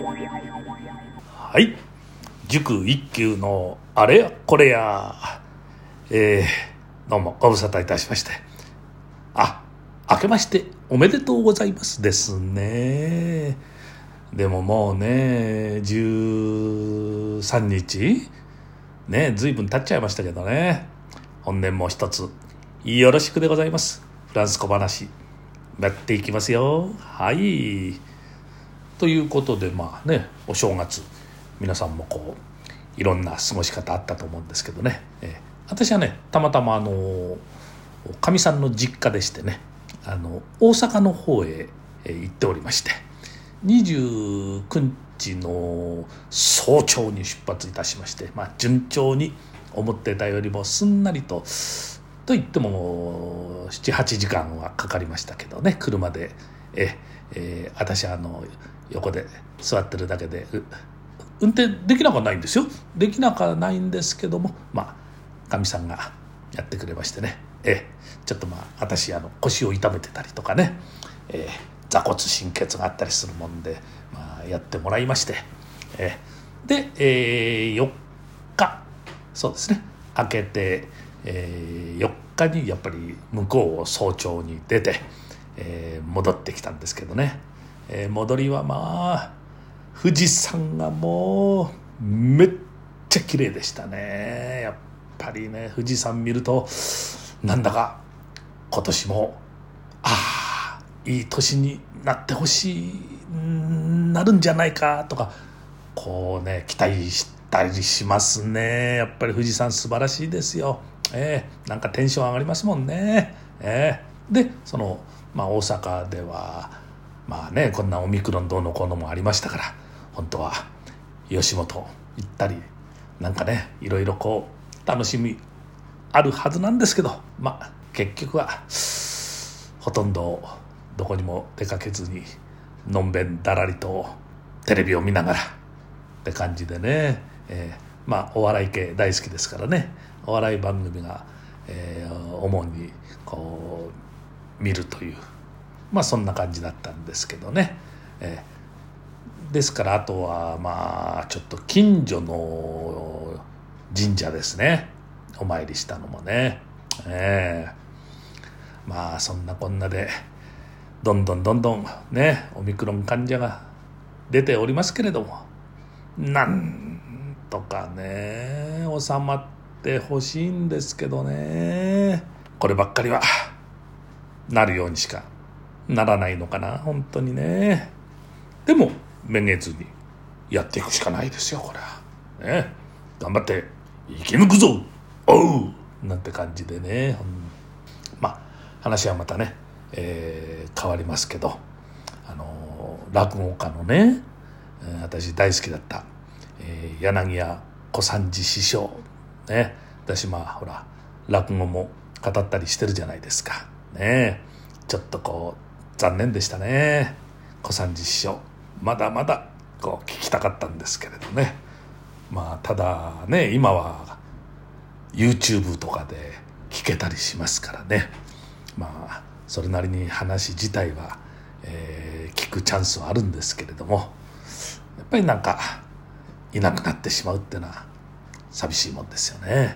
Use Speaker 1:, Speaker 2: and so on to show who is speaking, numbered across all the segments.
Speaker 1: はい、塾一級のあれやこれや、どうもご無沙汰いたしまして、明けましておめでとうございますですね。でももうね13日ね、随分経っちゃいましたけどね、本年も一つよろしくでございます。フランス小話やっていきますよ。はい、ということでお正月皆さんもいろんな過ごし方あったと思うんですけどね、私はねたまたまかみさんの実家でしてね、大阪の方へ行っておりまして、29日の早朝に出発いたしまして、順調に思ってたよりもすんなりと言っても 7,8 時間はかかりましたけどね、車で。私横で座ってるだけで運転できなくはないんですよ。できなくはないんですけども、かみさんがやってくれましてね、ちょっと私腰を痛めてたりとかね、座骨神経痛があったりするもんで、やってもらいまして、で、4日そうですね明けて、4日にやっぱり向こうを早朝に出て、戻ってきたんですけどね、戻りは富士山がもうめっちゃ綺麗でしたね。やっぱりね富士山見るとなんだか今年もいい年になってほしいなるんじゃないかとか期待したりしますね。やっぱり富士山素晴らしいですよ。なんかテンション上がりますもんね。で大阪ではこんなオミクロンどうのこうのもありましたから、本当は吉本行ったりなんかねいろいろ楽しみあるはずなんですけど、結局はほとんどどこにも出かけずにのんべんだらりとテレビを見ながらって感じでね、お笑い系大好きですからね、お笑い番組が、主に見るというそんな感じだったんですけどね、ですからあとはちょっと近所の神社ですねお参りしたのもね、そんなこんなでどんどんねオミクロン患者が出ておりますけれども、なんとかね収まってほしいんですけどね、こればっかりはなるようにしかならないのかな本当にね。でもめげずにやっていくしかないですよこれはね。頑張って生き抜くぞおうなんて感じでね、話はまたね、変わりますけど、落語家のね、私大好きだった、柳家小三治師匠ね、私落語も語ったりしてるじゃないですかね。ちょっと残念でしたね。小三治師匠まだまだ聞きたかったんですけれどね、ただね今は YouTube とかで聞けたりしますからね、それなりに話自体は、聞くチャンスはあるんですけれども、やっぱりいなくなってしまうっていうのは寂しいもんですよね。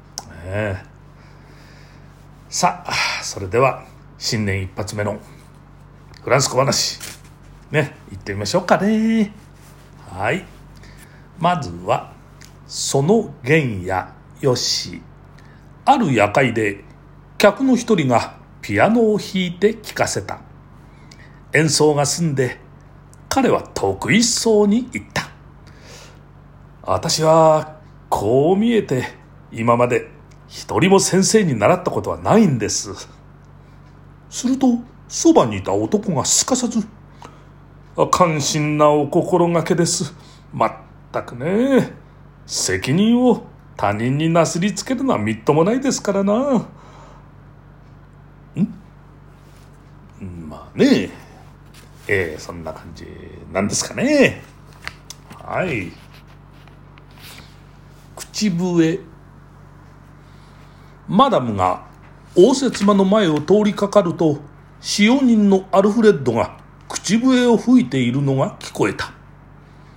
Speaker 1: さあそれでは新年一発目のフランス小話ね行ってみましょうかね。はい、まずはその玄やよし、ある夜会で客の一人がピアノを弾いて聴かせた。演奏が済んで彼は得意そうに言った。私はこう見えて今まで一人も先生に習ったことはないんです。するとそばにいた男がすかさず、感心なお心がけです。まったくね、責任を他人になすりつけるのはみっともないですからな。そんな感じなんですかね。はい。口笛。マダムが応接間の前を通りかかると、使用人のアルフレッドが口笛を吹いているのが聞こえた。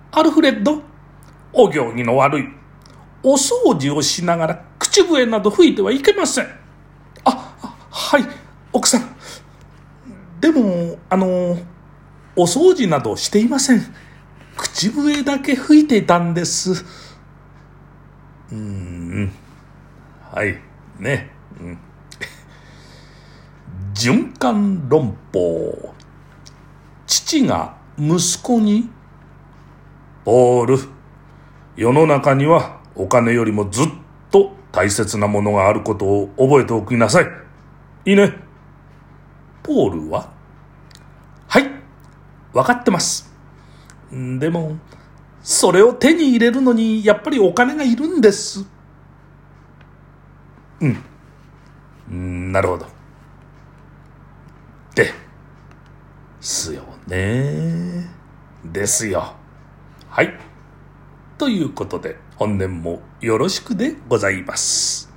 Speaker 1: アルフレッド、お行儀の悪い。お掃除をしながら口笛など吹いてはいけません。はい、奥さん。でも、お掃除などしていません。口笛だけ吹いていたんです。はい、ね。循環論法。父が息子に、ポール、世の中にはお金よりもずっと大切なものがあることを覚えておきなさい。いいね。ポールは、はい、わかってます。でも、それを手に入れるのにやっぱりお金がいるんです。なるほど。ですよね。ですよ。はい。ということで、本年もよろしくでございます。